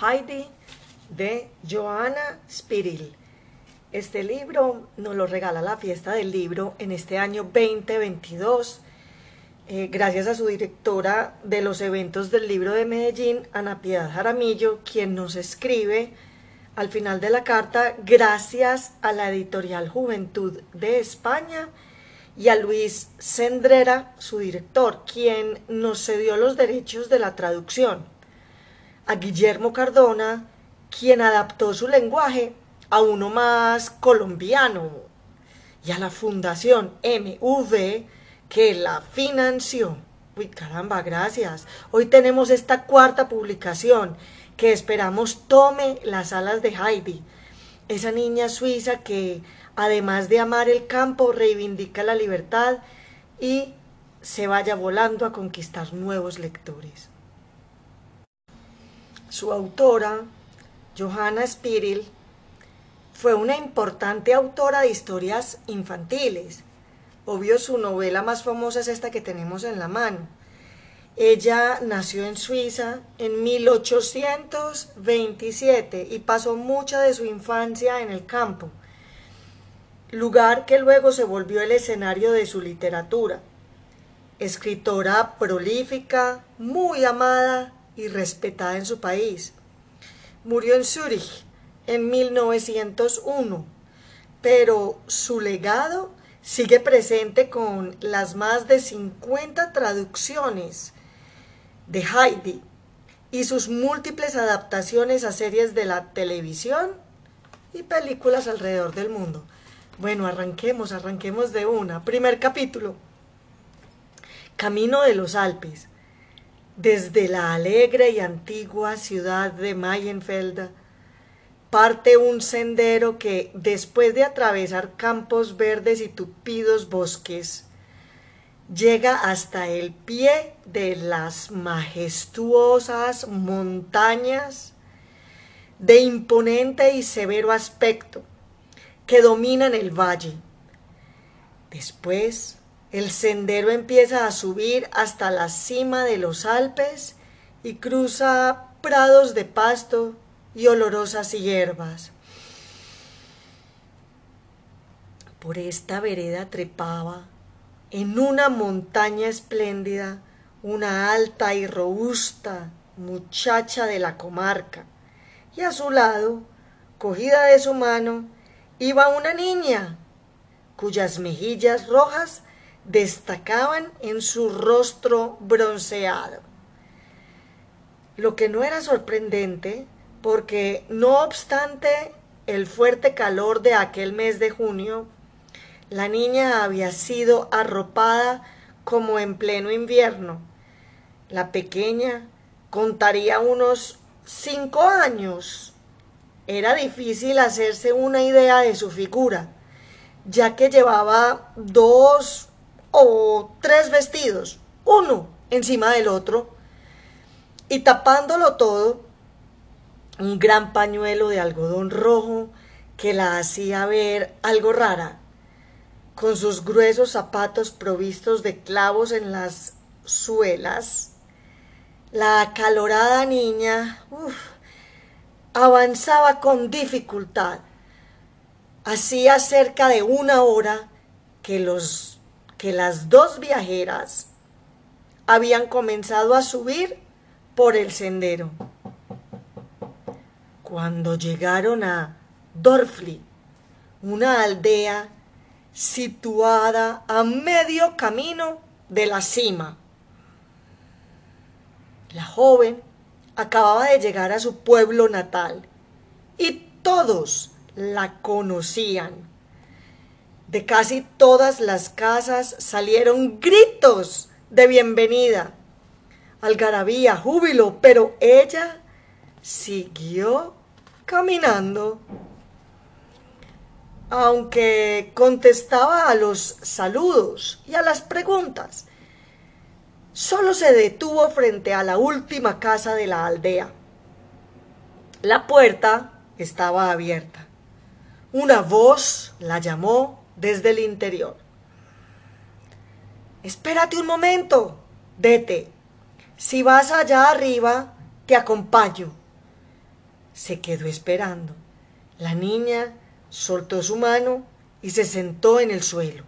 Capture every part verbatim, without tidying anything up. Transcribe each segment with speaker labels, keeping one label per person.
Speaker 1: Heidi de Johanna Spyril. Este libro nos lo regala la Fiesta del Libro en este año veinte veintidós, eh, gracias a su directora de los eventos del libro de Medellín, Ana Piedad Jaramillo, quien nos escribe al final de la carta: gracias a la editorial Juventud de España y a Luis Cendrera, su director, quien nos cedió los derechos de la traducción, a Guillermo Cardona, quien adaptó su lenguaje a uno más colombiano, y a la Fundación M V, que la financió. Uy, caramba, gracias. Hoy tenemos esta cuarta publicación que esperamos tome las alas de Heidi, esa niña suiza que, además de amar el campo, reivindica la libertad y se vaya volando a conquistar nuevos lectores. Su autora, Johanna Spyril, fue una importante autora de historias infantiles. Obvio, su novela más famosa es esta que tenemos en la mano. Ella nació en Suiza en mil ochocientos veintisiete y pasó mucha de su infancia en el campo, lugar que luego se volvió el escenario de su literatura. Escritora prolífica, muy amada y respetada en su país. Murió en Zúrich en mil novecientos uno, pero su legado sigue presente con las más de cincuenta traducciones de Heidi y sus múltiples adaptaciones a series de la televisión y películas alrededor del mundo. Bueno, arranquemos, arranquemos de una. Primer capítulo: Camino de los Alpes. Desde la alegre y antigua ciudad de Mayenfeld parte un sendero que, después de atravesar campos verdes y tupidos bosques, llega hasta el pie de las majestuosas montañas de imponente y severo aspecto que dominan el valle. Después, el sendero empieza a subir hasta la cima de los Alpes y cruza prados de pasto y olorosas hierbas. Por esta vereda trepaba, en una montaña espléndida, una alta y robusta muchacha de la comarca, y a su lado, cogida de su mano, iba una niña, cuyas mejillas rojas destacaban en su rostro bronceado. Lo que no era sorprendente, porque no obstante el fuerte calor de aquel mes de junio, la niña había sido arropada como en pleno invierno. La pequeña contaría unos cinco años. Era difícil hacerse una idea de su figura, ya que llevaba dos o tres vestidos, uno encima del otro, y tapándolo todo, un gran pañuelo de algodón rojo que la hacía ver algo rara, con sus gruesos zapatos provistos de clavos en las suelas. La acalorada niña uf, avanzaba con dificultad. Hacía cerca de una hora que, los, que las dos viajeras habían comenzado a subir por el sendero. Cuando llegaron a Dorfli, una aldea situada a medio camino de la cima, la joven acababa de llegar a su pueblo natal y todos la conocían. De casi todas las casas salieron gritos de bienvenida, algarabía, júbilo, pero ella siguió caminando. Aunque contestaba a los saludos y a las preguntas, solo se detuvo frente a la última casa de la aldea. La puerta estaba abierta. Una voz la llamó desde el interior. Espérate un momento, vete. Si vas allá arriba, te acompaño. se quedó esperando. La niña soltó su mano y se sentó en el suelo.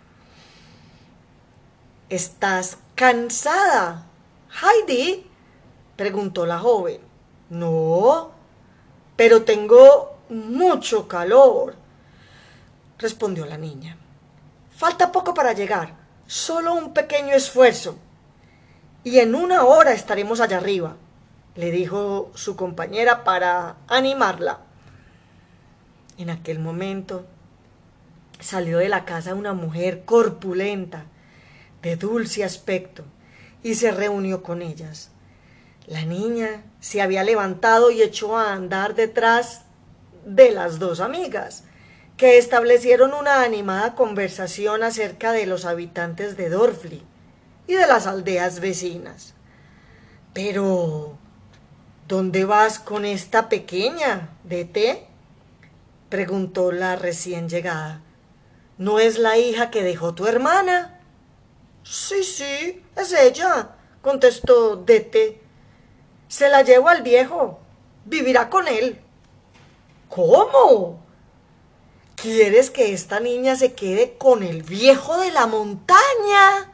Speaker 1: ¿Estás cansada, Heidi?, preguntó la joven. No, pero tengo mucho calor, respondió la niña. Falta poco para llegar, solo un pequeño esfuerzo, y en una hora estaremos allá arriba, le dijo su compañera para animarla. En aquel momento salió de la casa una mujer corpulenta, de dulce aspecto, y se reunió con ellas. La niña se había levantado y echó a andar detrás de las dos amigas, que establecieron una animada conversación acerca de los habitantes de Dorfli y de las aldeas vecinas. Pero, ¿dónde vas con esta pequeña, Dete?, preguntó la recién llegada. ¿No es la hija que dejó tu hermana? Sí, sí, es ella, contestó Dete. Se la llevo al viejo, vivirá con él. ¿Cómo? ¿Quieres que esta niña se quede con el viejo de la montaña?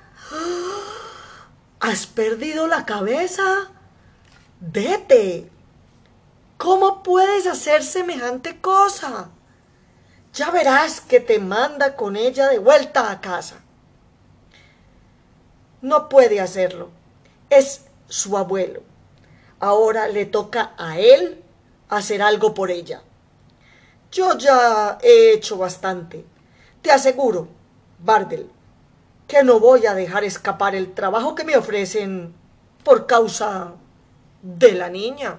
Speaker 1: ¿Has perdido la cabeza? Vete. ¿Cómo puedes hacer semejante cosa? Ya verás que te manda con ella de vuelta a casa. No puede hacerlo. Es su abuelo. Ahora le toca a él hacer algo por ella. Yo ya he hecho bastante. Te aseguro, Bardel, que no voy a dejar escapar el trabajo que me ofrecen por causa de la niña.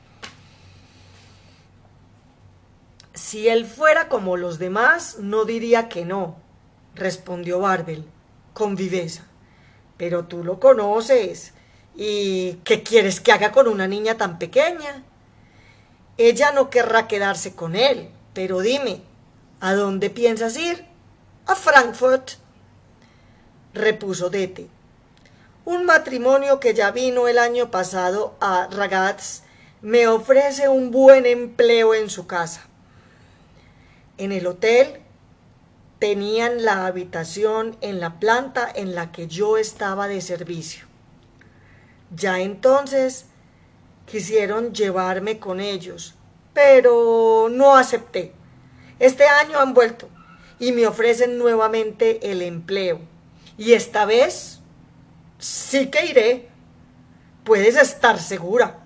Speaker 1: Si él fuera como los demás, no diría que no, respondió Bardel con viveza. Pero tú lo conoces. ¿Y qué quieres que haga con una niña tan pequeña? Ella no querrá quedarse con él. Pero dime, ¿a dónde piensas ir? A Frankfurt, repuso Dete. Un matrimonio que ya vino el año pasado a Ragaz me ofrece un buen empleo en su casa. En el hotel tenían la habitación en la planta en la que yo estaba de servicio. Ya entonces quisieron llevarme con ellos, pero no acepté. Este año han vuelto y me ofrecen nuevamente el empleo. Y esta vez sí que iré. Puedes estar segura.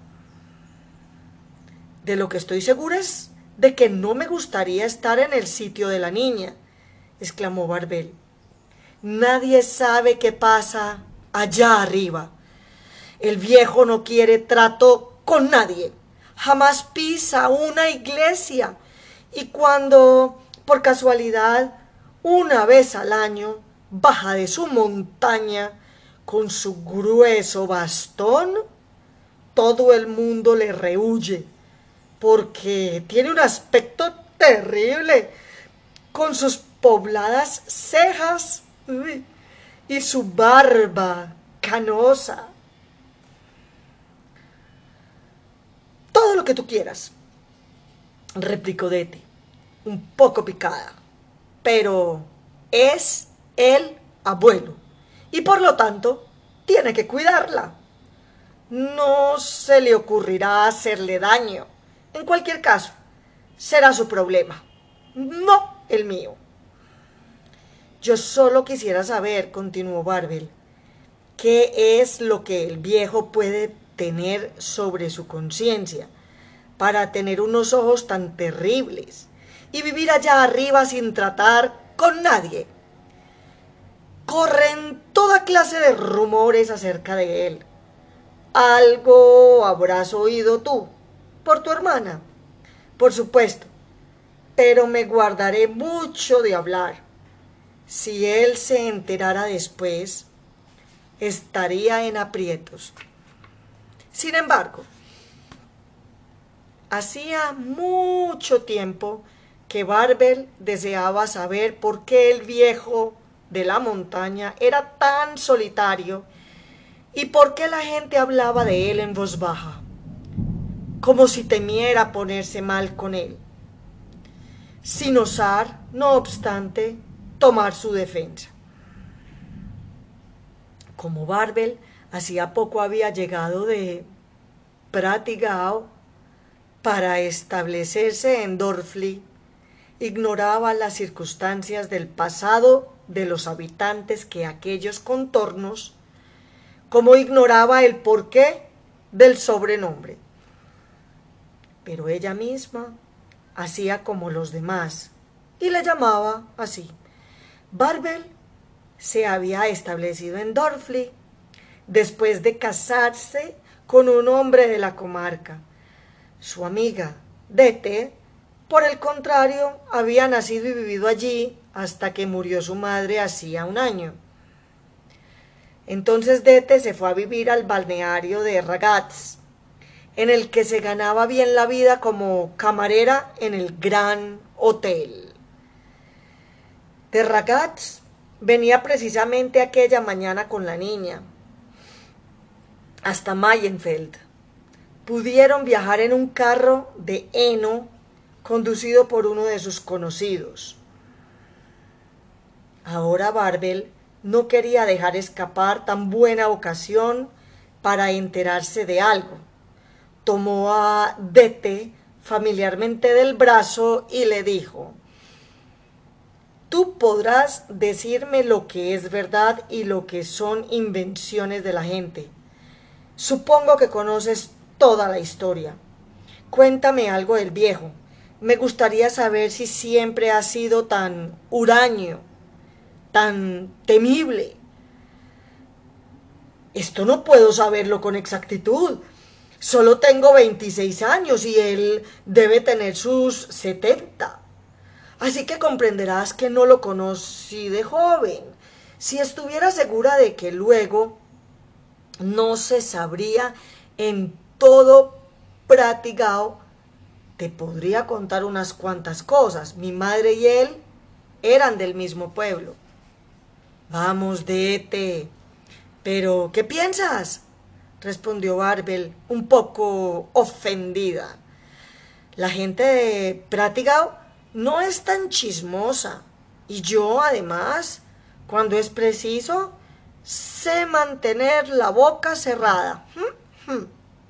Speaker 1: De lo que estoy segura es de que no me gustaría estar en el sitio de la niña, exclamó Barbel. Nadie sabe qué pasa allá arriba. El viejo no quiere trato con nadie. Jamás pisa una iglesia. Y cuando, por casualidad, una vez al año, baja de su montaña con su grueso bastón, todo el mundo le rehuye, porque tiene un aspecto terrible, con sus pobladas cejas uy, y su barba canosa. Todo lo que tú quieras, replicó Dete, un poco picada, pero es el abuelo y por lo tanto tiene que cuidarla. No se le ocurrirá hacerle daño. En cualquier caso, será su problema, no el mío. Yo solo quisiera saber, continuó Barbel, qué es lo que el viejo puede tener sobre su conciencia para tener unos ojos tan terribles y vivir allá arriba sin tratar con nadie. Corren toda clase de rumores acerca de él. Algo habrás oído tú, por tu hermana, por supuesto, pero me guardaré mucho de hablar. Si él se enterara después, estaría en aprietos. Sin embargo, hacía mucho tiempo que Barbel deseaba saber por qué el viejo de la montaña era tan solitario y por qué la gente hablaba de él en voz baja. como si temiera ponerse mal con él, sin osar, no obstante, tomar su defensa. Como Barbel hacía poco había llegado de Prattigau para establecerse en Dorfli, ignoraba las circunstancias del pasado de los habitantes que aquellos contornos, como ignoraba el porqué del sobrenombre. Pero ella misma hacía como los demás y le llamaba así. Barbel se había establecido en Dorfli después de casarse con un hombre de la comarca. Su amiga Dete, por el contrario, había nacido y vivido allí hasta que murió su madre hacía un año. Entonces Dete se fue a vivir al balneario de Ragaz, en el que se ganaba bien la vida como camarera en el Gran Hotel. De Ragaz venía precisamente aquella mañana con la niña hasta Mayenfeld. Pudieron viajar en un carro de heno conducido por uno de sus conocidos. Ahora Barbel no quería dejar escapar tan buena ocasión para enterarse de algo. Tomó a Dete familiarmente del brazo y le dijo: tú podrás decirme lo que es verdad y lo que son invenciones de la gente. Supongo que conoces toda la historia. Cuéntame algo del viejo. Me gustaría saber si siempre ha sido tan huraño, tan temible. Esto no puedo saberlo con exactitud. Solo tengo veintiséis años y él debe tener sus setenta. Así que comprenderás que no lo conocí de joven. Si estuviera segura de que luego no se sabría en todo Prattigau, te podría contar unas cuantas cosas. Mi madre y él eran del mismo pueblo. Vamos, Dete. ¿Pero qué piensas?, respondió Barbel, un poco ofendida. La gente de Prattigau no es tan chismosa, y yo, además, cuando es preciso, sé mantener la boca cerrada. ¿Mm? ¿Mm?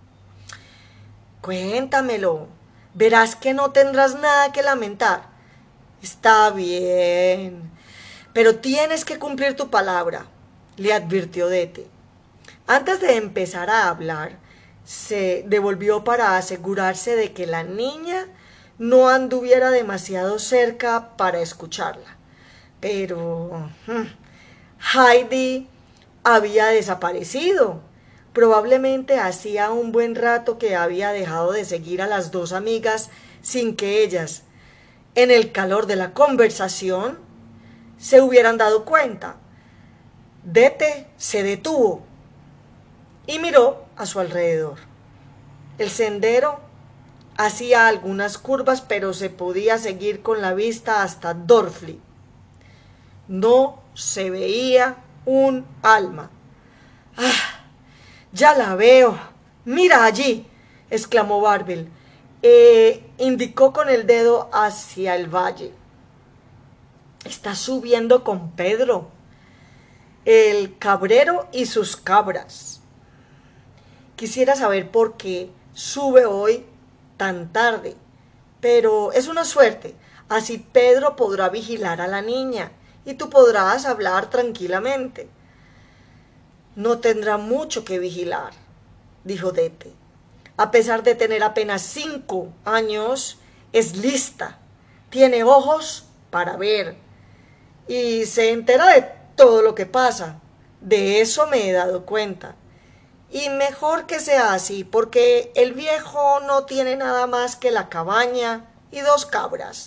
Speaker 1: Cuéntamelo. Verás que no tendrás nada que lamentar. Está bien, pero tienes que cumplir tu palabra, le advirtió Dete. Antes de empezar a hablar, se devolvió para asegurarse de que la niña no anduviera demasiado cerca para escucharla. Pero Heidi había desaparecido. Probablemente hacía un buen rato que había dejado de seguir a las dos amigas sin que ellas, en el calor de la conversación, se hubieran dado cuenta. Dete se detuvo y miró a su alrededor. El sendero hacía algunas curvas, pero se podía seguir con la vista hasta Dorfli. No se veía un alma. ¡Ah! Ya la veo. Mira allí, exclamó Barbel. Eh, indicó con el dedo hacia el valle. Está subiendo con Pedro, el cabrero y sus cabras. Quisiera saber por qué sube hoy tan tarde, pero es una suerte. Así Pedro podrá vigilar a la niña y tú podrás hablar tranquilamente. No tendrá mucho que vigilar, dijo Dete. A pesar de tener apenas cinco años, es lista, tiene ojos para ver y se entera de todo lo que pasa. De eso me he dado cuenta. Y mejor que sea así, porque el viejo no tiene nada más que la cabaña y dos cabras.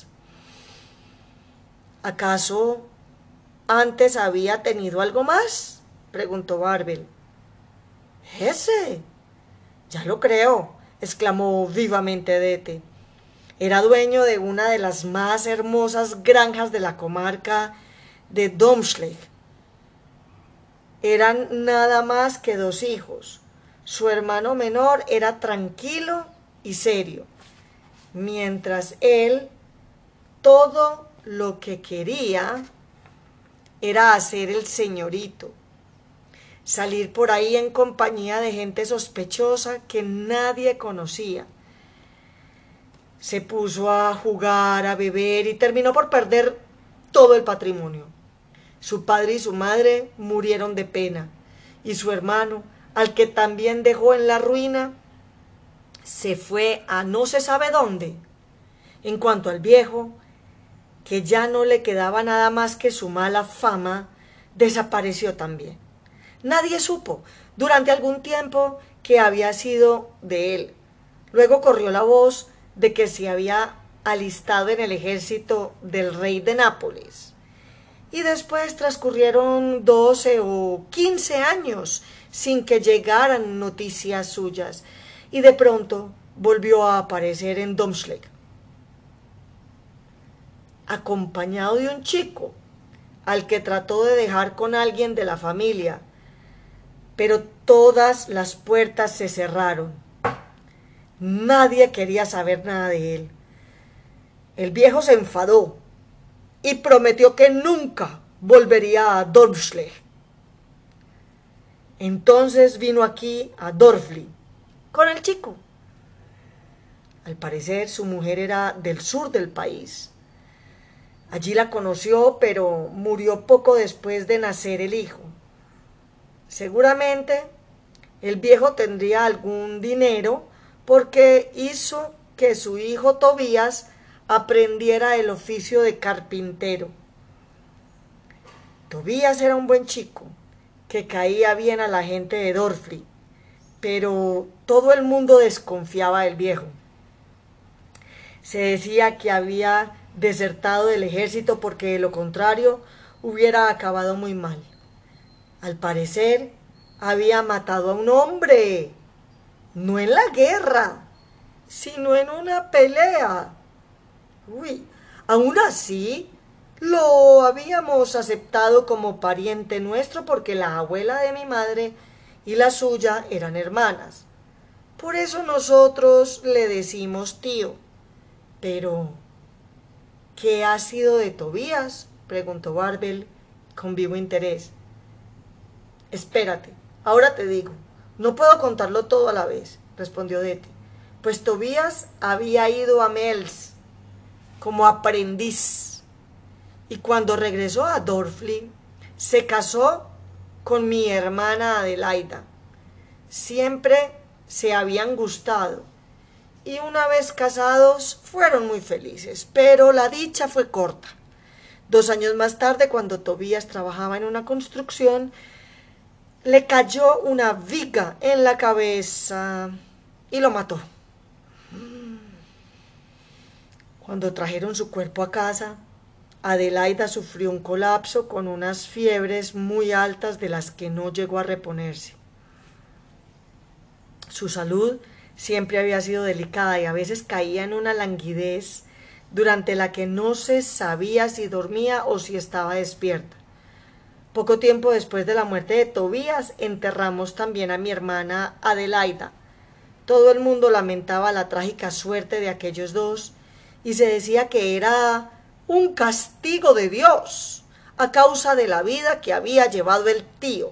Speaker 1: ¿Acaso antes había tenido algo más?, preguntó Barbel. Ese, ya lo creo, exclamó vivamente Dete. Era dueño de una de las más hermosas granjas de la comarca de Domschleg. Eran nada más que dos hijos. Su hermano menor era tranquilo y serio, mientras él todo lo que quería era hacer el señorito, salir por ahí en compañía de gente sospechosa que nadie conocía. Se puso a jugar, a beber y terminó por perder todo el patrimonio. Su padre y su madre murieron de pena, y su hermano, al que también dejó en la ruina, se fue a no se sabe dónde. En cuanto al viejo, que ya no le quedaba nada más que su mala fama, desapareció también. Nadie supo durante algún tiempo qué había sido de él. Luego corrió la voz de que se había alistado en el ejército del rey de Nápoles. Y después transcurrieron doce o quince años sin que llegaran noticias suyas, y de pronto volvió a aparecer en Domschleg, acompañado de un chico al que trató de dejar con alguien de la familia, pero todas las puertas se cerraron. Nadie quería saber nada de él. El viejo se enfadó y prometió que nunca volvería a Domschleg. Entonces vino aquí a Dorfli con el chico. Al parecer su mujer era del sur del país. Allí la conoció, pero murió poco después de nacer el hijo. Seguramente el viejo tendría algún dinero porque hizo que su hijo Tobías aprendiera el oficio de carpintero. Tobías era un buen chico que caía bien a la gente de Dorfli, pero todo el mundo desconfiaba del viejo. Se decía que había desertado del ejército porque de lo contrario hubiera acabado muy mal. Al parecer había matado a un hombre, no en la guerra, sino en una pelea. Uy, aún así lo habíamos aceptado como pariente nuestro porque la abuela de mi madre y la suya eran hermanas. Por eso nosotros le decimos tío. Pero, ¿qué ha sido de Tobías?, preguntó Barbel con vivo interés. Espérate, ahora te digo. No puedo contarlo todo a la vez, respondió Dete, pues Tobías había ido a Mels como aprendiz, y cuando regresó a Dorfli se casó con mi hermana Adelaida. Siempre se habían gustado, y una vez casados fueron muy felices, pero la dicha fue corta. Dos años más tarde, cuando Tobías trabajaba en una construcción, le cayó una viga en la cabeza y lo mató. Cuando trajeron su cuerpo a casa, Adelaida sufrió un colapso con unas fiebres muy altas de las que no llegó a reponerse. Su salud siempre había sido delicada y a veces caía en una languidez durante la que no se sabía si dormía o si estaba despierta. Poco tiempo después de la muerte de Tobías, enterramos también a mi hermana Adelaida. Todo el mundo lamentaba la trágica suerte de aquellos dos y se decía que era un castigo de Dios a causa de la vida que había llevado el tío.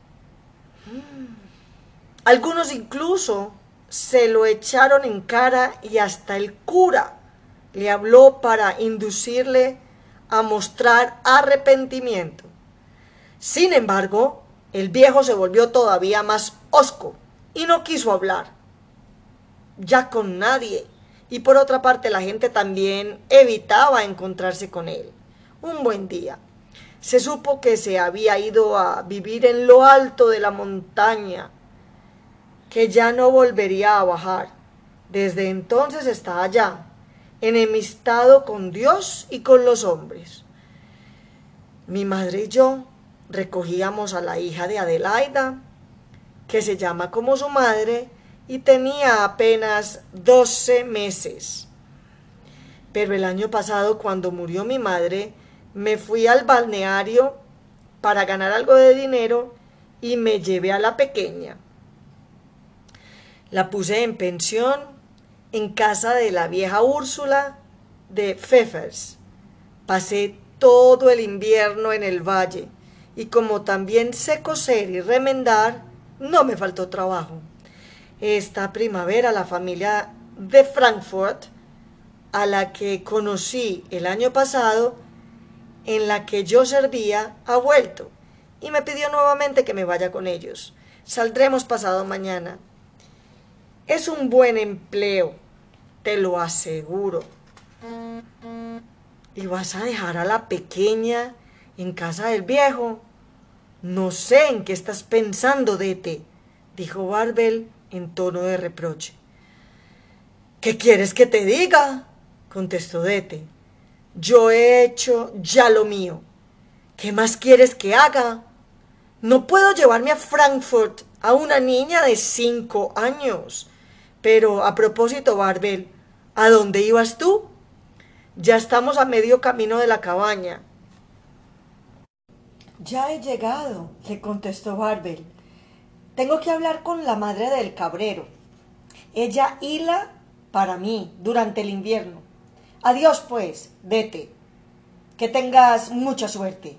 Speaker 1: Algunos incluso se lo echaron en cara y hasta el cura le habló para inducirle a mostrar arrepentimiento. Sin embargo, el viejo se volvió todavía más hosco y no quiso hablar ya con nadie, y por otra parte la gente también evitaba encontrarse con él. Un buen día se supo que se había ido a vivir en lo alto de la montaña, que ya no volvería a bajar. Desde entonces está allá, enemistado con Dios y con los hombres. Mi madre y yo recogíamos a la hija de Adelaida, que se llama como su madre, y tenía apenas doce meses. Pero el año pasado, cuando murió mi madre, me fui al balneario para ganar algo de dinero y me llevé a la pequeña. La puse en pensión en casa de la vieja Úrsula de Pfeffers. Pasé todo el invierno en el valle y como también sé coser y remendar, no me faltó trabajo. Esta primavera la familia de Frankfurt, a la que conocí el año pasado, en la que yo servía, ha vuelto y me pidió nuevamente que me vaya con ellos. Saldremos pasado mañana. Es un buen empleo, te lo aseguro. ¿Y vas a dejar a la pequeña en casa del viejo? No sé en qué estás pensando, Dete, dijo Barbel en tono de reproche. ¿Qué quieres que te diga?, contestó Dete. Yo he hecho ya lo mío. ¿Qué más quieres que haga? No puedo llevarme a Frankfurt a una niña de cinco años. Pero, a propósito, Barbel, ¿a dónde ibas tú? Ya estamos a medio camino de la cabaña. Ya he llegado, le contestó Barbel. Tengo que hablar con la madre del cabrero. Ella hila para mí durante el invierno. Adiós, pues, Dete. Que tengas mucha suerte.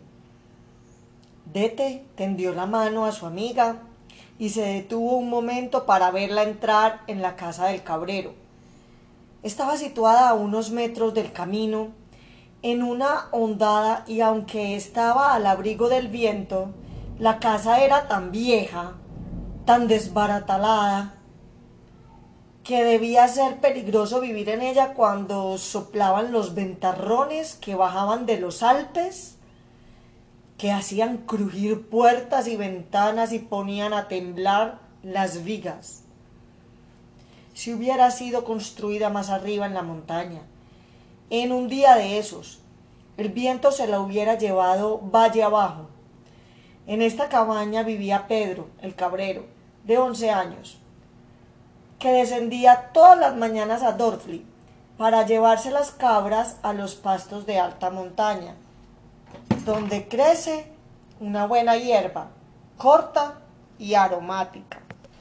Speaker 1: Dete tendió la mano a su amiga y se detuvo un momento para verla entrar en la casa del cabrero. Estaba situada a unos metros del camino, en una hondada, y aunque estaba al abrigo del viento, la casa era tan vieja, tan desbaratalada, que debía ser peligroso vivir en ella cuando soplaban los ventarrones que bajaban de los Alpes, que hacían crujir puertas y ventanas y ponían a temblar las vigas. Si hubiera sido construida más arriba en la montaña, en un día de esos, el viento se la hubiera llevado valle abajo. En esta cabaña vivía Pedro, el cabrero, de once años, que descendía todas las mañanas a Dorfli para llevarse las cabras a los pastos de alta montaña, donde crece una buena hierba, corta y aromática.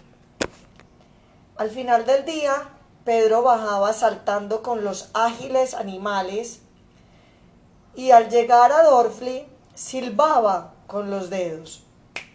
Speaker 1: Al final del día, Pedro bajaba saltando con los ágiles animales y al llegar a Dorfli silbaba con los dedos.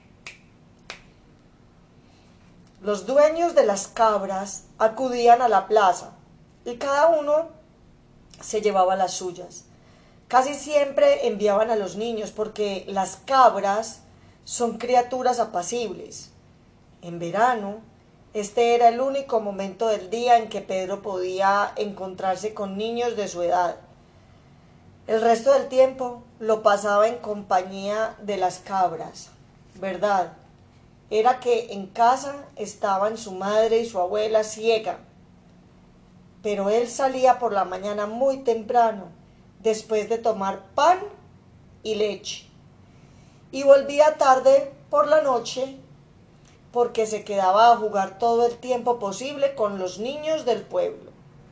Speaker 1: Los dueños de las cabras acudían a la plaza y cada uno se llevaba las suyas. Casi siempre enviaban a los niños porque las cabras son criaturas apacibles. En verano, este era el único momento del día en que Pedro podía encontrarse con niños de su edad. El resto del tiempo lo pasaba en compañía de las cabras. ¿Verdad? Era que en casa estaban su madre y su abuela ciega. Pero él salía por la mañana muy temprano, después de tomar pan y leche, y volvía tarde por la noche porque se quedaba a jugar todo el tiempo posible con los niños del pueblo.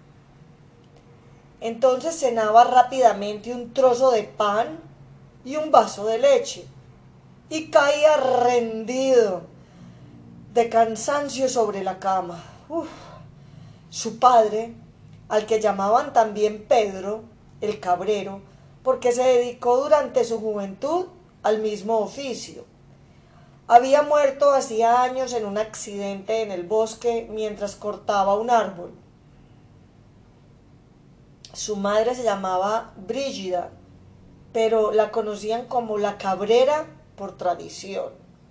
Speaker 1: Entonces cenaba rápidamente un trozo de pan y un vaso de leche y caía rendido de cansancio sobre la cama. Uf. Su padre, al que llamaban también Pedro, el cabrero, porque se dedicó durante su juventud al mismo oficio, había muerto hacía años en un accidente en el bosque mientras cortaba un árbol. Su madre se llamaba Brígida, pero la conocían como la cabrera por tradición.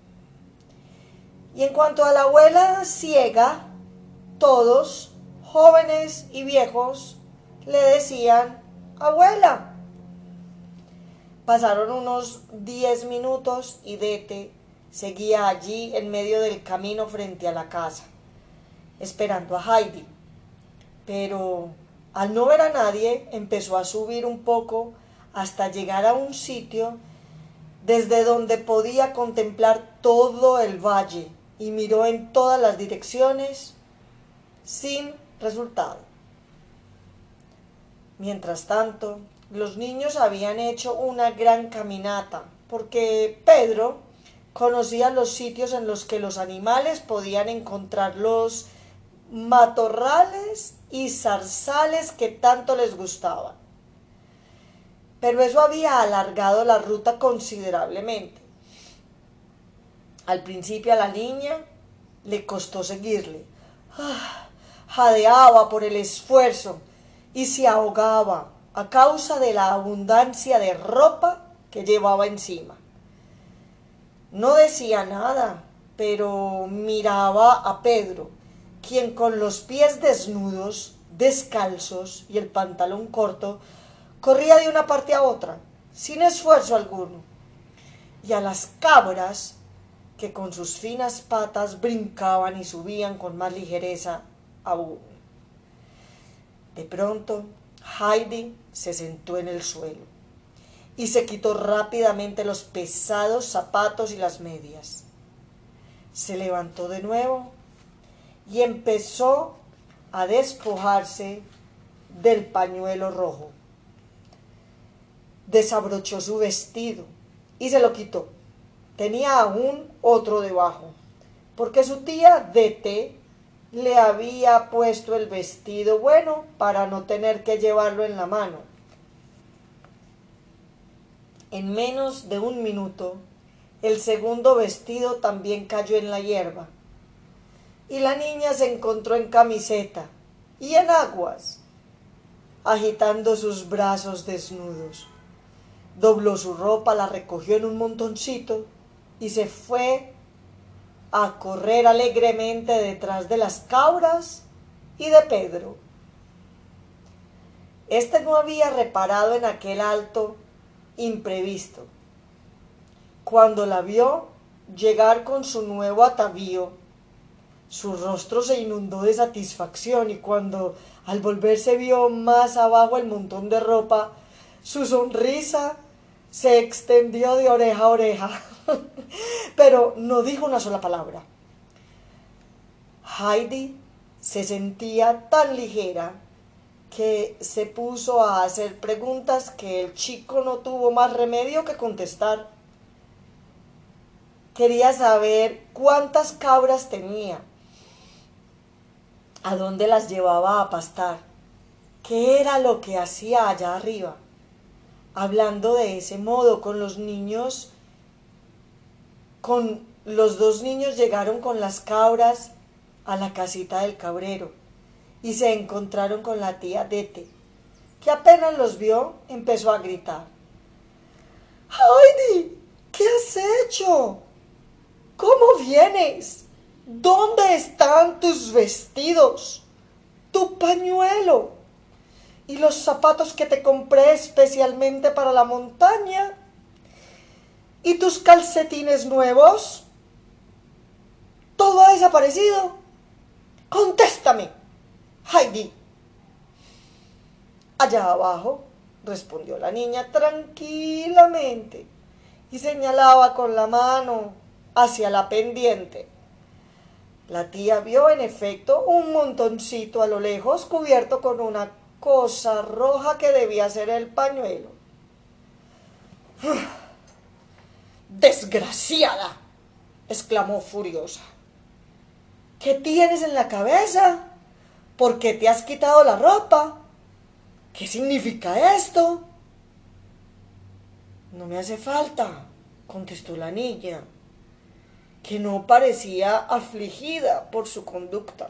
Speaker 1: Y en cuanto a la abuela ciega, todos, jóvenes y viejos, le decían abuela. Pasaron unos diez minutos y Dete seguía allí en medio del camino frente a la casa, esperando a Heidi. Pero al no ver a nadie, empezó a subir un poco hasta llegar a un sitio desde donde podía contemplar todo el valle y miró en todas las direcciones sin resultado. Mientras tanto, los niños habían hecho una gran caminata porque Pedro conocía los sitios en los que los animales podían encontrarlos matorrales y zarzales que tanto les gustaban. Pero eso había alargado la ruta considerablemente. Al principio a la niña le costó seguirle. Ah, jadeaba por el esfuerzo y se ahogaba a causa de la abundancia de ropa que llevaba encima. No decía nada, pero miraba a Pedro, quien con los pies desnudos, descalzos y el pantalón corto, corría de una parte a otra, sin esfuerzo alguno, y a las cabras, que con sus finas patas brincaban y subían con más ligereza aún. De pronto, Heidi se sentó en el suelo y se quitó rápidamente los pesados zapatos y las medias. Se levantó de nuevo y empezó a despojarse del pañuelo rojo. Desabrochó su vestido y se lo quitó. Tenía aún otro debajo, porque su tía Dete le había puesto el vestido bueno para no tener que llevarlo en la mano. En menos de un minuto, el segundo vestido también cayó en la hierba, y la niña se encontró en camiseta y en aguas, agitando sus brazos desnudos. Dobló su ropa, la recogió en un montoncito y se fue a correr alegremente detrás de las cabras y de Pedro. Este no había reparado en aquel alto imprevisto. Cuando la vio llegar con su nuevo atavío, su rostro se inundó de satisfacción, y cuando al volverse vio más abajo el montón de ropa, su sonrisa se extendió de oreja a oreja, pero no dijo una sola palabra. Heidi se sentía tan ligera que se puso a hacer preguntas que el chico no tuvo más remedio que contestar. Quería saber cuántas cabras tenía, a dónde las llevaba a pastar, qué era lo que hacía allá arriba. Hablando de ese modo con los niños, con los dos niños llegaron con las cabras a la casita del cabrero y se encontraron con la tía Dete, que apenas los vio empezó a gritar: ¡Heidi! ¿Qué has hecho? ¿Cómo vienes? ¿Dónde están tus vestidos? ¿Tu pañuelo? ¿Y los zapatos que te compré especialmente para la montaña? ¿Y tus calcetines nuevos? ¿Todo ha desaparecido? ¡Contéstame, Heidi! Allá abajo, respondió la niña tranquilamente y señalaba con la mano hacia la pendiente. La tía vio en efecto un montoncito a lo lejos cubierto con una cosa roja que debía ser el pañuelo. ¡Desgraciada!, exclamó furiosa. ¿Qué tienes en la cabeza? ¿Por qué te has quitado la ropa? ¿Qué significa esto? No me hace falta, contestó la niña, que no parecía afligida por su conducta.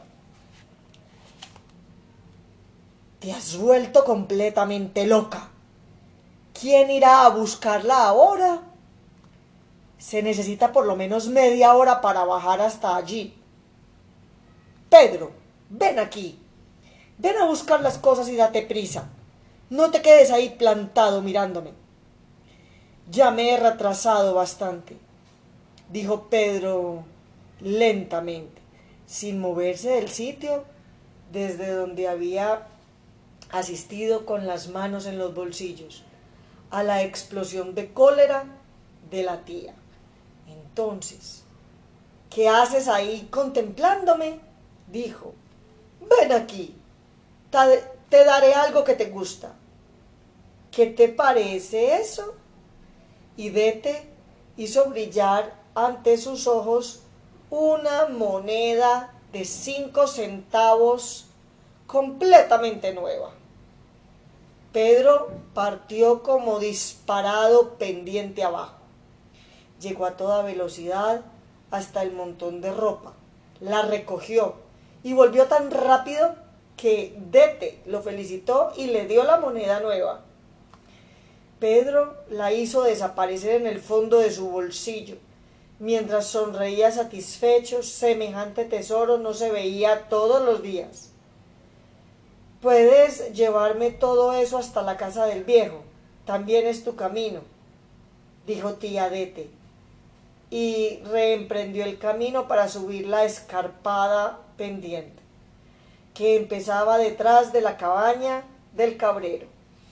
Speaker 1: Te has vuelto completamente loca. ¿Quién irá a buscarla ahora? Se necesita por lo menos media hora para bajar hasta allí. Pedro, ven aquí. Ven a buscar las cosas y date prisa. No te quedes ahí plantado mirándome. Ya me he retrasado bastante, dijo Pedro lentamente, sin moverse del sitio desde donde había asistido con las manos en los bolsillos a la explosión de cólera de la tía. Entonces, ¿qué haces ahí contemplándome?, dijo. Ven aquí, te, te daré algo que te gusta. ¿Qué te parece eso? Y Dete hizo brillar ante sus ojos una moneda de cinco centavos completamente nueva. Pedro partió como disparado pendiente abajo. Llegó a toda velocidad hasta el montón de ropa, la recogió y volvió tan rápido que Dete lo felicitó y le dio la moneda nueva. Pedro la hizo desaparecer en el fondo de su bolsillo. Mientras sonreía satisfecho, semejante tesoro no se veía todos los días. Puedes llevarme todo eso hasta la casa del viejo, también es tu camino, dijo tía Dete, y reemprendió el camino para subir la escarpada pendiente, que empezaba detrás de la cabaña del cabrero.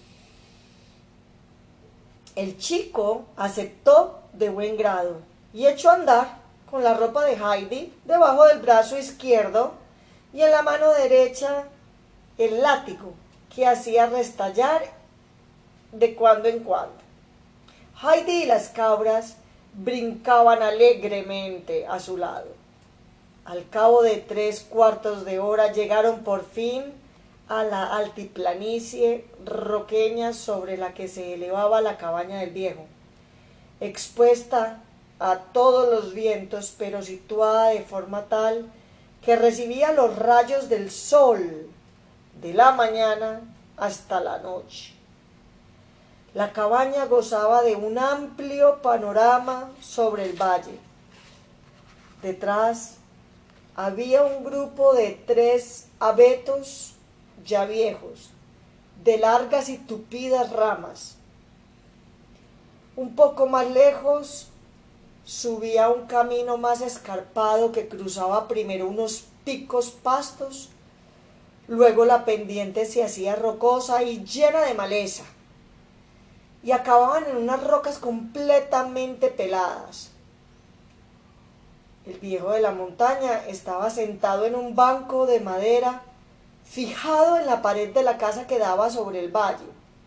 Speaker 1: El chico aceptó de buen grado y echó a andar con la ropa de Heidi debajo del brazo izquierdo y en la mano derecha el látigo que hacía restallar de cuando en cuando. Heidi y las cabras brincaban alegremente a su lado. Al cabo de tres cuartos de hora llegaron por fin a la altiplanicie roqueña sobre la que se elevaba la cabaña del viejo, expuesta a todos los vientos, pero situada de forma tal que recibía los rayos del sol de la mañana hasta la noche. La cabaña gozaba de un amplio panorama sobre el valle. Detrás había un grupo de tres abetos ya viejos, de largas y tupidas ramas. Un poco más lejos subía un camino más escarpado que cruzaba primero unos picos pastos, luego la pendiente se hacía rocosa y llena de maleza, y acababan en unas rocas completamente peladas. El viejo de la montaña estaba sentado en un banco de madera fijado en la pared de la casa que daba sobre el valle.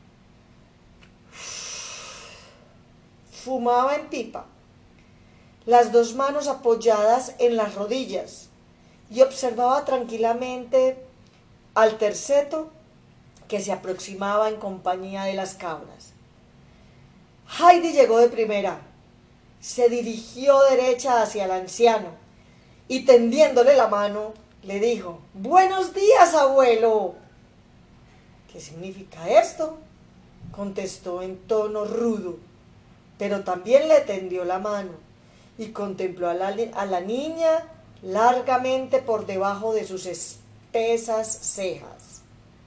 Speaker 1: Fumaba en pipa, las dos manos apoyadas en las rodillas, y observaba tranquilamente al terceto que se aproximaba en compañía de las cabras. Heidi llegó de primera, se dirigió derecha hacia el anciano y tendiéndole la mano le dijo: «Buenos días, abuelo». «¿Qué significa esto?», contestó en tono rudo, pero también le tendió la mano y contempló a la, a la niña largamente por debajo de sus espesas cejas.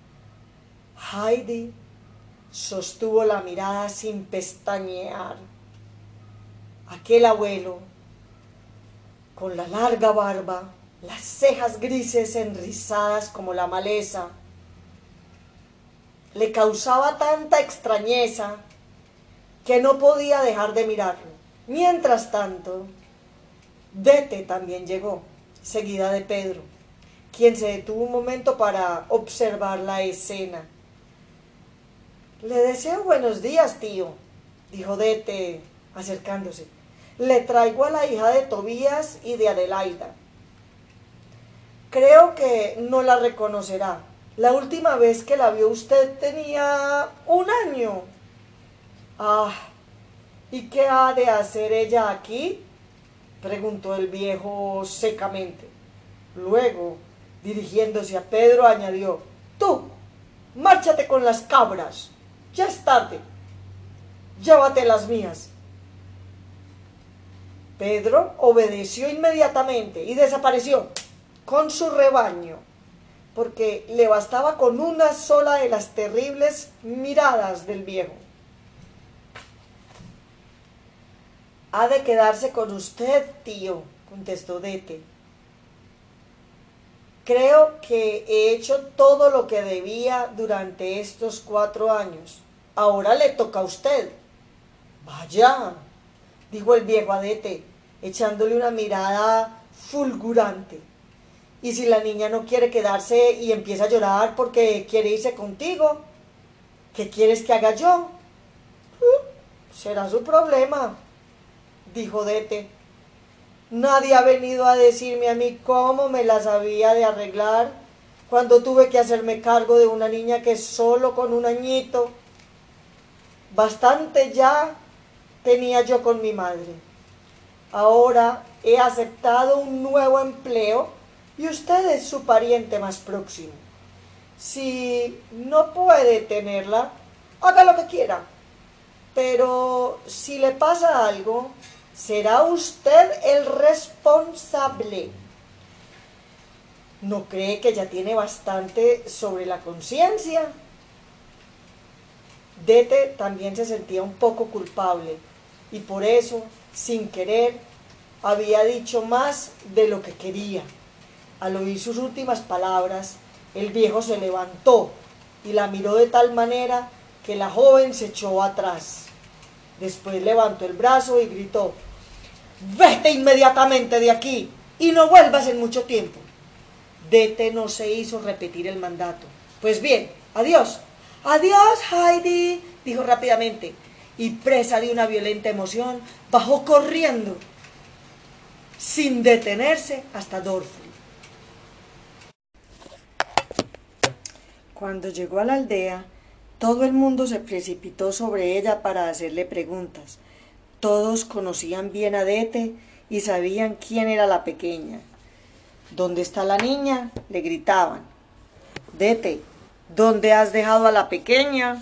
Speaker 1: Heidi sostuvo la mirada sin pestañear. Aquel abuelo, con la larga barba, las cejas grises enrizadas como la maleza, le causaba tanta extrañeza que no podía dejar de mirarlo. Mientras tanto, Dete también llegó, seguida de Pedro, quien se detuvo un momento para observar la escena. «Le deseo buenos días, tío», dijo Dete, acercándose. «Le traigo a la hija de Tobías y de Adelaida. Creo que no la reconocerá. La última vez que la vio usted tenía un año». «Ah, ¿y qué ha de hacer ella aquí?», preguntó el viejo secamente. Luego, dirigiéndose a Pedro, añadió: «Tú, márchate con las cabras. Ya es tarde. Llévate las mías». Pedro obedeció inmediatamente y desapareció con su rebaño, porque le bastaba con una sola de las terribles miradas del viejo. «Ha de quedarse con usted, tío», contestó Dete. «Creo que he hecho todo lo que debía durante estos cuatro años. Ahora le toca a usted». «Vaya», dijo el viejo a Dete, echándole una mirada fulgurante. «Y si la niña no quiere quedarse y empieza a llorar porque quiere irse contigo, ¿qué quieres que haga yo?». «Será su problema», dijo Dete. Nadie ha venido a decirme a mí cómo me las había de arreglar cuando tuve que hacerme cargo de una niña que solo con un añito, bastante ya tenía yo con mi madre. Ahora he aceptado un nuevo empleo y usted es su pariente más próximo. Si no puede tenerla, haga lo que quiera. Pero si le pasa algo, será usted el responsable. ¿No cree que ya tiene bastante sobre la conciencia? Dete también se sentía un poco culpable y por eso, sin querer, había dicho más de lo que quería. Al oír sus últimas palabras, el viejo se levantó y la miró de tal manera que la joven se echó atrás. Después levantó el brazo y gritó: «Vete inmediatamente de aquí y no vuelvas en mucho tiempo». Dete no se hizo repetir el mandato. «Pues bien, adiós». «Adiós, Heidi», dijo rápidamente, y presa de una violenta emoción, bajó corriendo, sin detenerse, hasta Dorfli. Cuando llegó a la aldea, todo el mundo se precipitó sobre ella para hacerle preguntas. Todos conocían bien a Dete y sabían quién era la pequeña. «¿Dónde está la niña?», le gritaban. «Dete, ¿dónde has dejado a la pequeña?».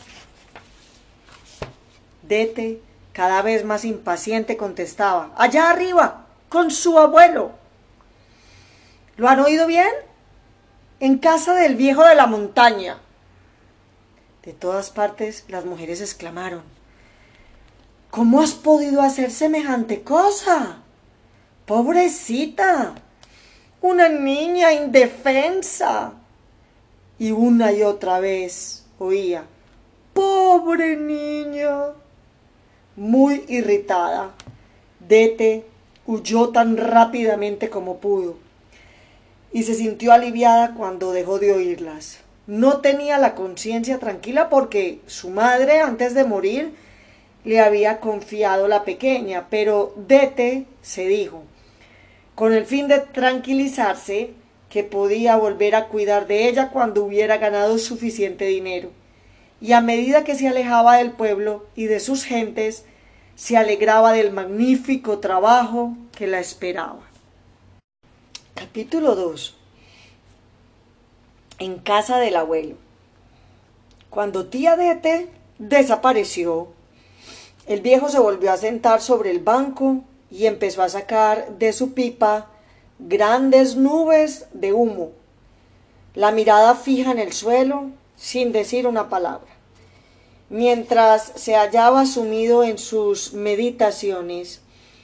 Speaker 1: Dete, cada vez más impaciente, contestaba: «Allá arriba, con su abuelo». «¿Lo han oído bien? En casa del viejo de la montaña». De todas partes las mujeres exclamaron: «¿Cómo has podido hacer semejante cosa? ¡Pobrecita! ¡Una niña indefensa!». Y una y otra vez oía: «¡Pobre niña!». Muy irritada, Dete huyó tan rápidamente como pudo y se sintió aliviada cuando dejó de oírlas. No tenía la conciencia tranquila porque su madre, antes de morir, le había confiado la pequeña, pero Dete se dijo, con el fin de tranquilizarse, que podía volver a cuidar de ella cuando hubiera ganado suficiente dinero. Y a medida que se alejaba del pueblo y de sus gentes, se alegraba del magnífico trabajo que la esperaba. Capítulo dos. En casa del abuelo. Cuando tía Dete desapareció, el viejo se volvió a sentar sobre el banco y empezó a sacar de su pipa grandes nubes de humo, la mirada fija en el suelo, sin decir una palabra. Mientras se hallaba sumido en sus meditaciones,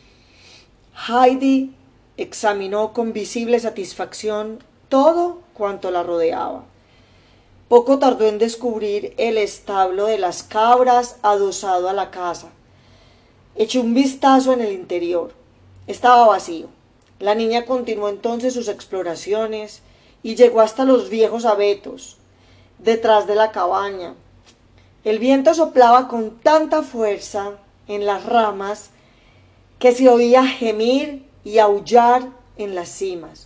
Speaker 1: Heidi examinó con visible satisfacción todo cuanto la rodeaba. Poco tardó en descubrir el establo de las cabras adosado a la casa. Echó un vistazo en el interior. Estaba vacío. La niña continuó entonces sus exploraciones y llegó hasta los viejos abetos, detrás de la cabaña. El viento soplaba con tanta fuerza en las ramas que se oía gemir y aullar en las cimas.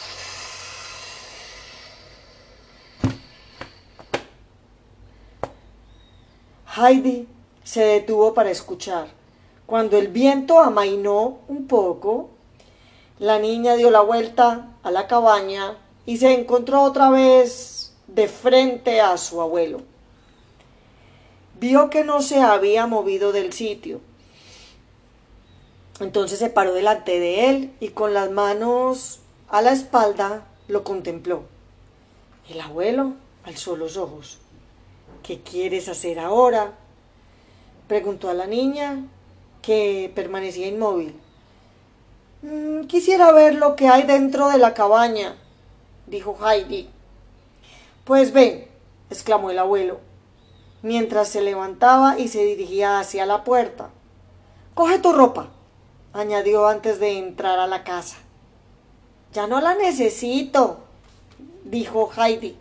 Speaker 1: Heidi se detuvo para escuchar. Cuando el viento amainó un poco, la niña dio la vuelta a la cabaña y se encontró otra vez de frente a su abuelo. Vio que no se había movido del sitio. Entonces se paró delante de él y con las manos a la espalda lo contempló. El abuelo alzó los ojos. «¿Qué quieres hacer ahora?», preguntó a la niña, que permanecía inmóvil. «Mm, quisiera ver lo que hay dentro de la cabaña», dijo Heidi. «Pues ven», exclamó el abuelo, mientras se levantaba y se dirigía hacia la puerta. «Coge tu ropa», añadió antes de entrar a la casa. «Ya no la necesito», dijo Heidi.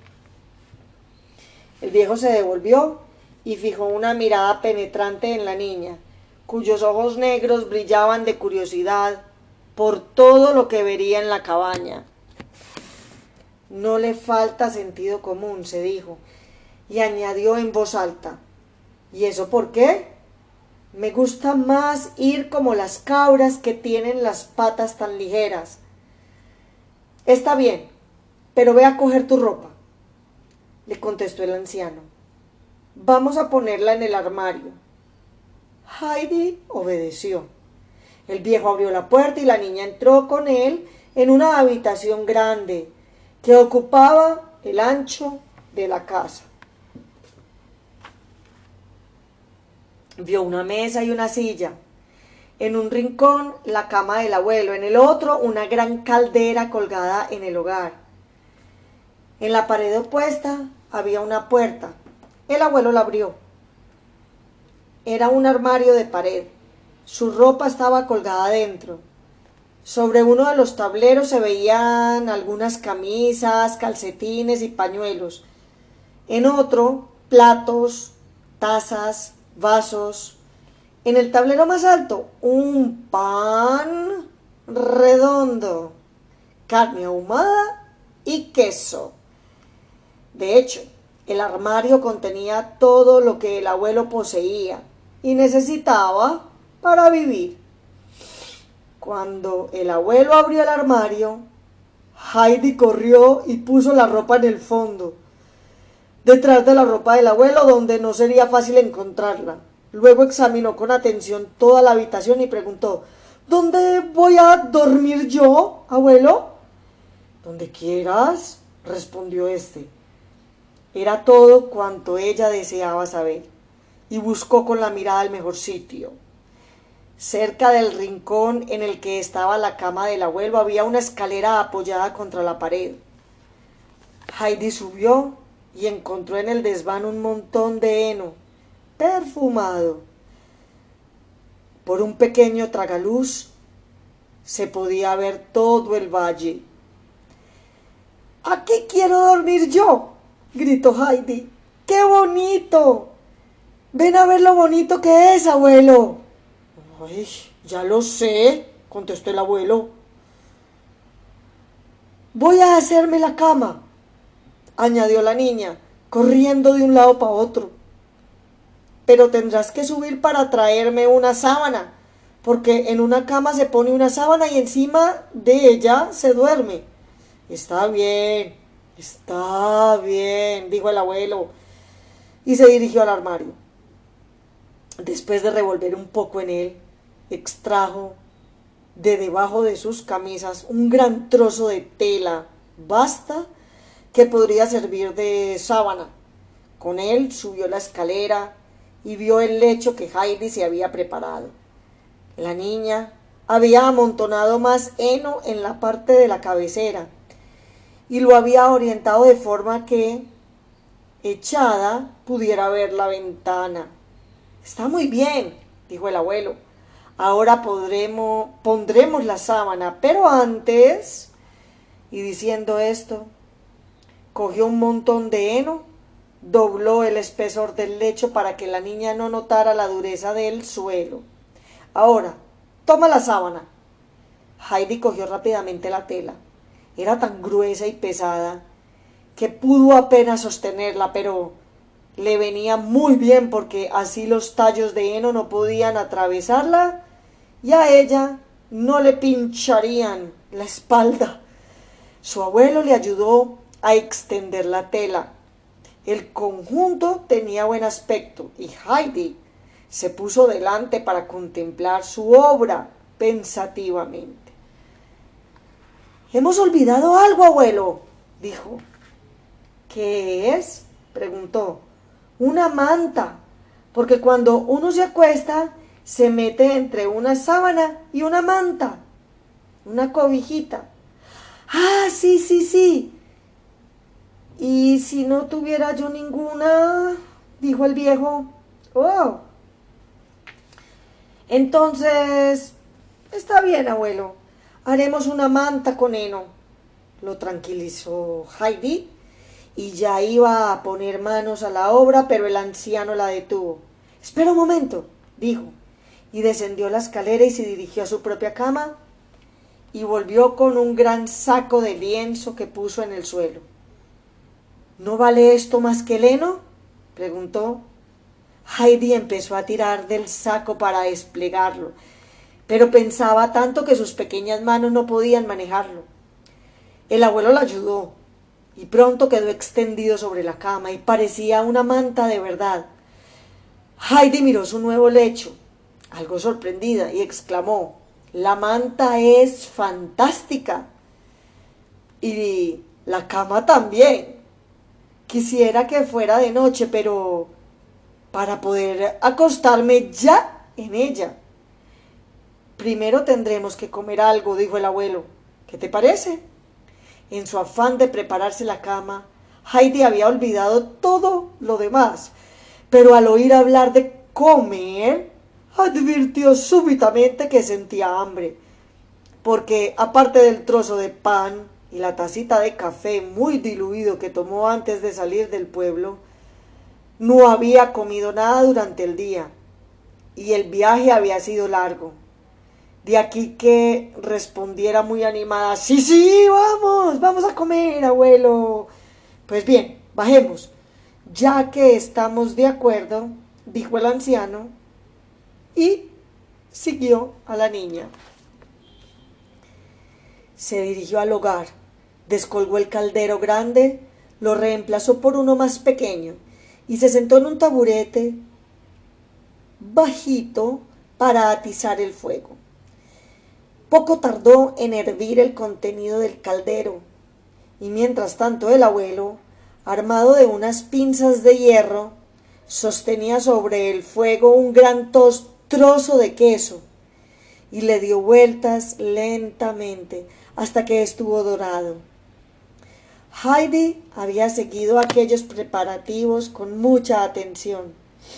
Speaker 1: El viejo se devolvió y fijó una mirada penetrante en la niña, cuyos ojos negros brillaban de curiosidad por todo lo que vería en la cabaña. No le falta sentido común, se dijo, y añadió en voz alta, ¿y eso por qué? Me gusta más ir como las cabras que tienen las patas tan ligeras. Está bien, pero ve a coger tu ropa, le contestó el anciano. Vamos a ponerla en el armario. Heidi obedeció. El viejo abrió la puerta y la niña entró con él en una habitación grande que ocupaba el ancho de la casa. Vio una mesa y una silla. En un rincón la cama del abuelo, en el otro una gran caldera colgada en el hogar. En la pared opuesta había una puerta. El abuelo la abrió. Era un armario de pared. Su ropa estaba colgada dentro. Sobre uno de los tableros se veían algunas camisas, calcetines y pañuelos. En otro, platos, tazas, vasos. En el tablero más alto, un pan redondo, carne ahumada y queso. De hecho, el armario contenía todo lo que el abuelo poseía y necesitaba para vivir. Cuando el abuelo abrió el armario, Heidi corrió y puso la ropa en el fondo, detrás de la ropa del abuelo, donde no sería fácil encontrarla. Luego examinó con atención toda la habitación y preguntó, ¿dónde voy a dormir yo, abuelo? Donde quieras, respondió éste. Era todo cuanto ella deseaba saber, y buscó con la mirada el mejor sitio. Cerca del rincón en el que estaba la cama del abuelo había una escalera apoyada contra la pared. Heidi subió y encontró en el desván un montón de heno perfumado. Por un pequeño tragaluz se podía ver todo el valle. «¡Aquí quiero dormir yo!», gritó Heidi. «¡Qué bonito! Ven a ver lo bonito que es, abuelo». «Ay, ya lo sé», contestó el abuelo. «Voy a hacerme la cama», añadió la niña, corriendo de un lado para otro. «Pero tendrás que subir para traerme una sábana, porque en una cama se pone una sábana y encima de ella se duerme». «Está bien, está bien», dijo el abuelo, y se dirigió al armario. Después de revolver un poco en él, extrajo de debajo de sus camisas un gran trozo de tela basta que podría servir de sábana. Con él subió la escalera y vio el lecho que Heidi se había preparado. La niña había amontonado más heno en la parte de la cabecera y lo había orientado de forma que, echada, pudiera ver la ventana. «Está muy bien», dijo el abuelo. «Ahora podremos, pondremos la sábana, pero antes…» Y diciendo esto, cogió un montón de heno, dobló el espesor del lecho para que la niña no notara la dureza del suelo. «Ahora, toma la sábana». Heidi cogió rápidamente la tela. Era tan gruesa y pesada que pudo apenas sostenerla, pero le venía muy bien porque así los tallos de heno no podían atravesarla y a ella no le pincharían la espalda. Su abuelo le ayudó a extender la tela. El conjunto tenía buen aspecto y Heidi se puso delante para contemplar su obra pensativamente. «Hemos olvidado algo, abuelo», dijo. «¿Qué es?», preguntó. «Una manta, porque cuando uno se acuesta se mete entre una sábana y una manta, una cobijita». «Ah, sí, sí, sí. ¿Y si no tuviera yo ninguna?», dijo el viejo. «Oh. Entonces, está bien, abuelo. Haremos una manta con heno», lo tranquilizó Heidi, y ya iba a poner manos a la obra, pero el anciano la detuvo. «Espera un momento», dijo, y descendió la escalera y se dirigió a su propia cama y volvió con un gran saco de lienzo que puso en el suelo. ¿No vale esto más que el heno?, preguntó. Heidi empezó a tirar del saco para desplegarlo, pero pensaba tanto que sus pequeñas manos no podían manejarlo. El abuelo la ayudó y pronto quedó extendido sobre la cama y parecía una manta de verdad. Heidi miró su nuevo lecho, algo sorprendida, y exclamó: «La manta es fantástica. Y la cama también. Quisiera que fuera de noche, pero para poder acostarme ya en ella. Primero tendremos que comer algo», dijo el abuelo. «¿Qué te parece?». En su afán de prepararse la cama, Heidi había olvidado todo lo demás, pero al oír hablar de comer, advirtió súbitamente que sentía hambre, porque aparte del trozo de pan y la tacita de café muy diluido que tomó antes de salir del pueblo, no había comido nada durante el día, y el viaje había sido largo. De aquí que respondiera muy animada: «Sí, sí, vamos, vamos a comer, abuelo». «Pues bien, bajemos, ya que estamos de acuerdo», dijo el anciano, y siguió a la niña. Se dirigió al hogar, descolgó el caldero grande, lo reemplazó por uno más pequeño y se sentó en un taburete bajito para atizar el fuego. Poco tardó en hervir el contenido del caldero, y mientras tanto el abuelo, armado de unas pinzas de hierro, sostenía sobre el fuego un gran tos- trozo de queso y le dio vueltas lentamente hasta que estuvo dorado. Heidi había seguido aquellos preparativos con mucha atención.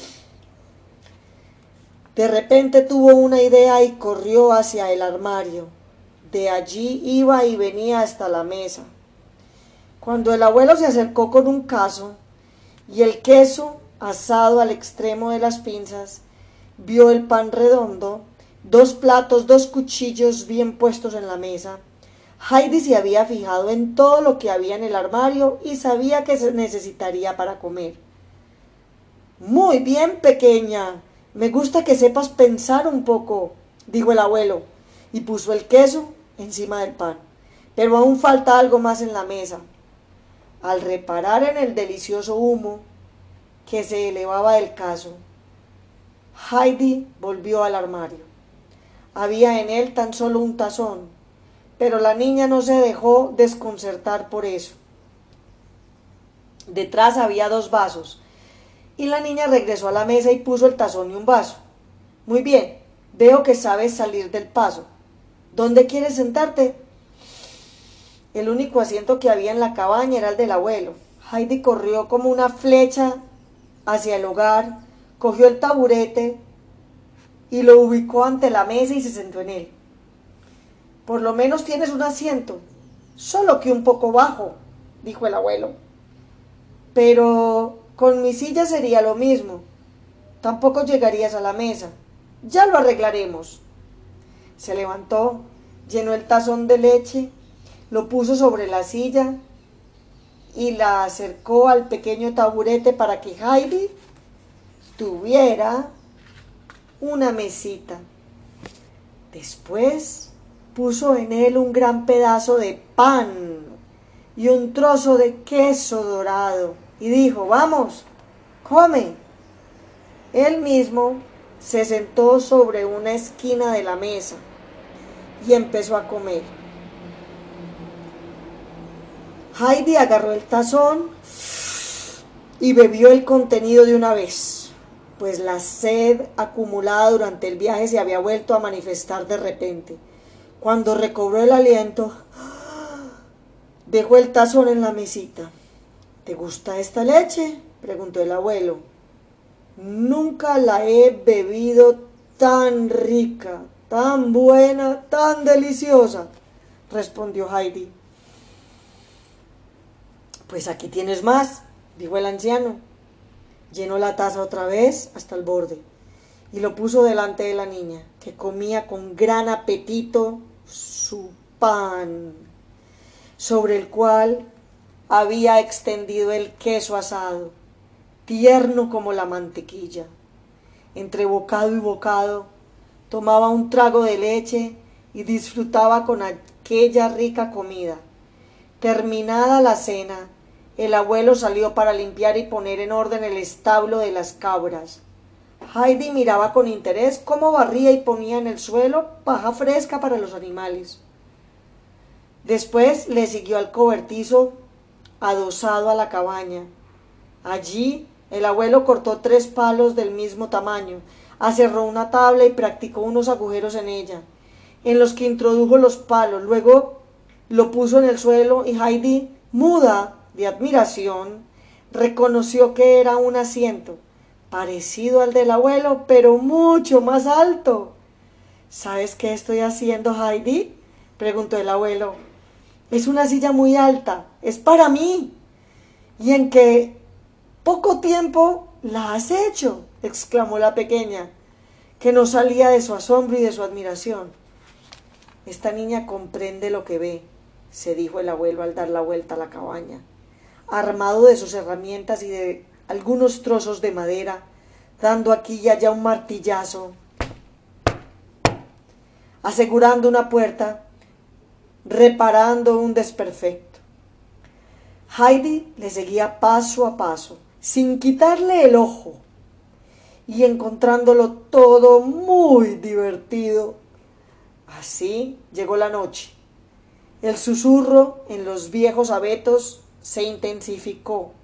Speaker 1: De repente tuvo una idea y corrió hacia el armario. De allí iba y venía hasta la mesa. Cuando el abuelo se acercó con un cazo y el queso asado al extremo de las pinzas, vio el pan redondo, dos platos, dos cuchillos bien puestos en la mesa. Heidi se había fijado en todo lo que había en el armario y sabía que se necesitaría para comer. «Muy bien, pequeña. Me gusta que sepas pensar un poco», dijo el abuelo, y puso el queso encima del pan. «Pero aún falta algo más en la mesa». Al reparar en el delicioso humo que se elevaba del cazo, Heidi volvió al armario. Había en él tan solo un tazón, pero la niña no se dejó desconcertar por eso. Detrás había dos vasos, y la niña regresó a la mesa y puso el tazón y un vaso. «Muy bien, veo que sabes salir del paso. ¿Dónde quieres sentarte?». El único asiento que había en la cabaña era el del abuelo. Heidi corrió como una flecha hacia el hogar, cogió el taburete y lo ubicó ante la mesa y se sentó en él. «Por lo menos tienes un asiento, solo que un poco bajo», dijo el abuelo. «Pero con mi silla sería lo mismo. Tampoco llegarías a la mesa. Ya lo arreglaremos». Se levantó, llenó el tazón de leche, lo puso sobre la silla y la acercó al pequeño taburete para que Heidi tuviera una mesita. Después puso en él un gran pedazo de pan y un trozo de queso dorado y dijo: «Vamos, come». Él mismo se sentó sobre una esquina de la mesa y empezó a comer. Heidi agarró el tazón y bebió el contenido de una vez, pues la sed acumulada durante el viaje se había vuelto a manifestar de repente. Cuando recobró el aliento, dejó el tazón en la mesita. «¿Te gusta esta leche?», preguntó el abuelo. «Nunca la he bebido tan rica, tan buena, tan deliciosa», respondió Heidi. «Pues aquí tienes más», dijo el anciano. Llenó la taza otra vez hasta el borde y lo puso delante de la niña, que comía con gran apetito su pan, sobre el cual había extendido el queso asado, tierno como la mantequilla. Entre bocado y bocado tomaba un trago de leche y disfrutaba con aquella rica comida. Terminada la cena, el abuelo salió para limpiar y poner en orden el establo de las cabras. Heidi miraba con interés cómo barría y ponía en el suelo paja fresca para los animales. Después le siguió al cobertizo adosado a la cabaña. Allí el abuelo cortó tres palos del mismo tamaño, aserró una tabla y practicó unos agujeros en ella, en los que introdujo los palos. Luego lo puso en el suelo y Heidi, muda de admiración, reconoció que era un asiento, parecido al del abuelo, pero mucho más alto. ¿Sabes qué estoy haciendo, Heidi?, preguntó el abuelo. Es una silla muy alta, es para mí. ¿Y en qué poco tiempo la has hecho?, exclamó la pequeña, que no salía de su asombro y de su admiración. Esta niña comprende lo que ve, se dijo el abuelo al dar la vuelta a la cabaña. Armado de sus herramientas y de algunos trozos de madera, dando aquí y allá un martillazo, asegurando una puerta, reparando un desperfecto. Heidi le seguía paso a paso, sin quitarle el ojo, y encontrándolo todo muy divertido. Así llegó la noche. El susurro en los viejos abetos se intensificó.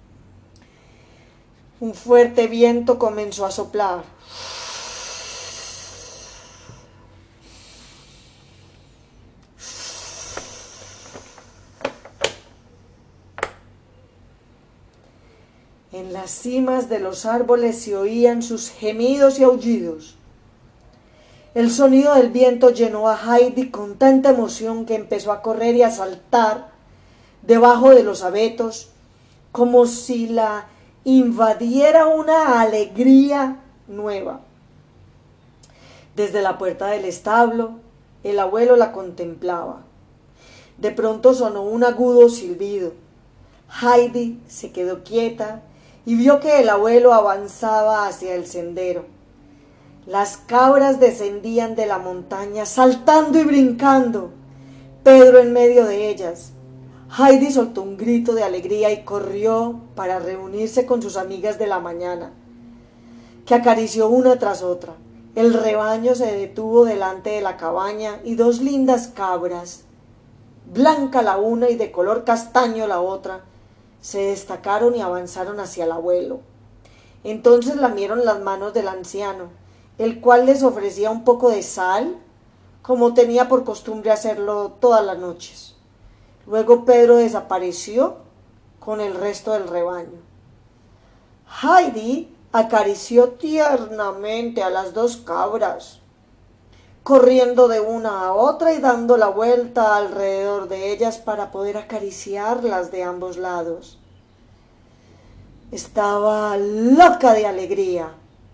Speaker 1: Un fuerte viento comenzó a soplar. En las cimas de los árboles se oían sus gemidos y aullidos. El sonido del viento llenó a Heidi con tanta emoción que empezó a correr y a saltar debajo de los abetos, como si la invadiera una alegría nueva. Desde la puerta del establo, el abuelo la contemplaba. De pronto sonó un agudo silbido. Heidi se quedó quieta y vio que el abuelo avanzaba hacia el sendero. Las cabras descendían de la montaña, saltando y brincando, Pedro en medio de ellas. Heidi soltó un grito de alegría y corrió para reunirse con sus amigas de la mañana, que acarició una tras otra. El rebaño se detuvo delante de la cabaña y dos lindas cabras, blanca la una y de color castaño la otra, se destacaron y avanzaron hacia el abuelo. Entonces lamieron las manos del anciano, el cual les ofrecía un poco de sal, como tenía por costumbre hacerlo todas las noches. Luego Pedro desapareció con el resto del rebaño. Heidi acarició tiernamente a las dos cabras, corriendo de una a otra y dando la vuelta alrededor de ellas para poder acariciarlas de ambos lados. Estaba loca de alegría.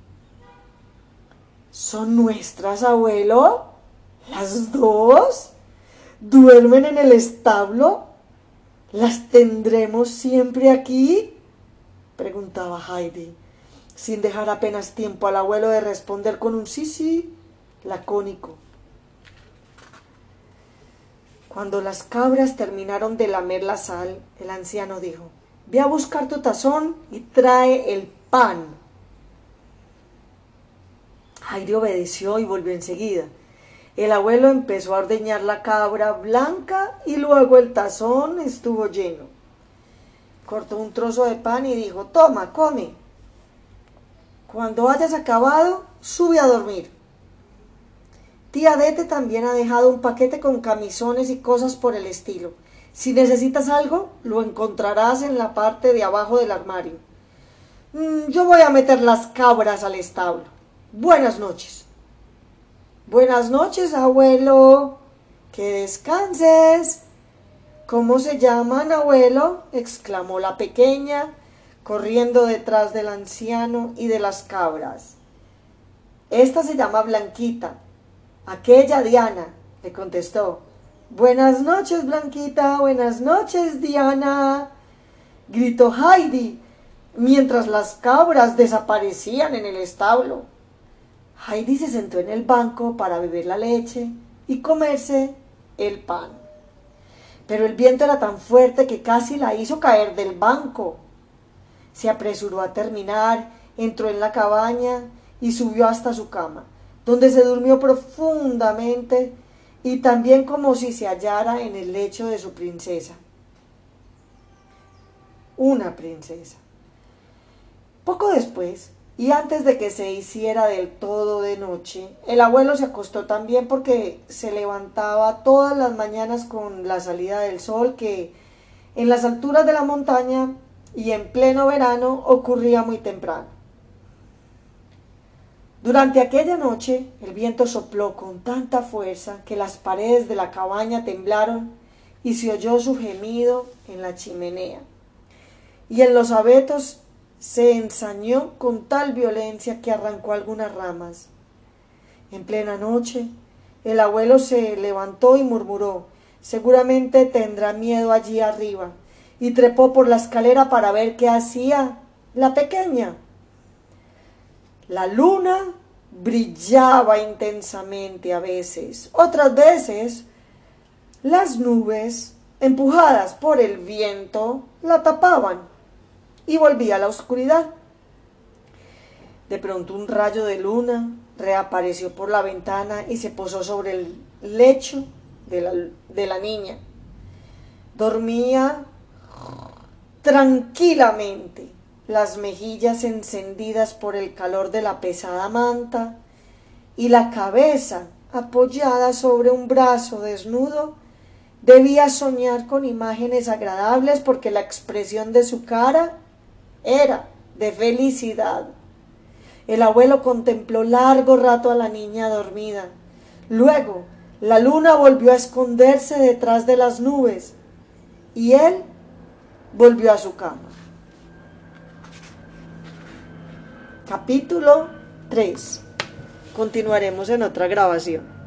Speaker 1: ¿Son nuestras, abuelo? ¿Las dos? ¿Duermen en el establo? ¿Las tendremos siempre aquí?, preguntaba Heidi, sin dejar apenas tiempo al abuelo de responder con un sí, sí lacónico. Cuando las cabras terminaron de lamer la sal, el anciano dijo: «Ve a buscar tu tazón y trae el pan». Heidi obedeció y volvió enseguida. El abuelo empezó a ordeñar la cabra blanca y luego el tazón estuvo lleno. Cortó un trozo de pan y dijo: «Toma, come. Cuando hayas acabado, sube a dormir. Tía Dete también ha dejado un paquete con camisones y cosas por el estilo. Si necesitas algo, lo encontrarás en la parte de abajo del armario. Mm, yo voy a meter las cabras al establo. Buenas noches». «Buenas noches, abuelo. Que descanses». «¿Cómo se llaman, abuelo?», exclamó la pequeña, corriendo detrás del anciano y de las cabras. «Esta se llama Blanquita, aquella Diana», le contestó. Buenas noches, Blanquita. Buenas noches, Diana. Gritó Heidi mientras las cabras desaparecían en el establo. Heidi se sentó en el banco para beber la leche y comerse el pan. Pero el viento era tan fuerte que casi la hizo caer del banco. Se apresuró a terminar, entró en la cabaña y subió hasta su cama, donde se durmió profundamente y también como si se hallara en el lecho de su princesa. Una princesa. Poco después, y antes de que se hiciera del todo de noche, el abuelo se acostó también porque se levantaba todas las mañanas con la salida del sol que en las alturas de la montaña y en pleno verano ocurría muy temprano. Durante aquella noche el viento sopló con tanta fuerza que las paredes de la cabaña temblaron y se oyó su gemido en la chimenea. Y en los abetos se ensañó con tal violencia que arrancó algunas ramas. En plena noche, el abuelo se levantó y murmuró: seguramente tendrá miedo allí arriba, y trepó por la escalera para ver qué hacía la pequeña. La luna brillaba intensamente a veces, otras veces las nubes, empujadas por el viento, la tapaban y volvía a la oscuridad. De pronto un rayo de luna reapareció por la ventana y se posó sobre el lecho de la, de la niña. Dormía tranquilamente, las mejillas encendidas por el calor de la pesada manta y la cabeza apoyada sobre un brazo desnudo. Debía soñar con imágenes agradables porque la expresión de su cara era de felicidad. El abuelo contempló largo rato a la niña dormida. Luego la luna volvió a esconderse detrás de las nubes y él volvió a su cama. Capítulo tres. Continuaremos en otra grabación.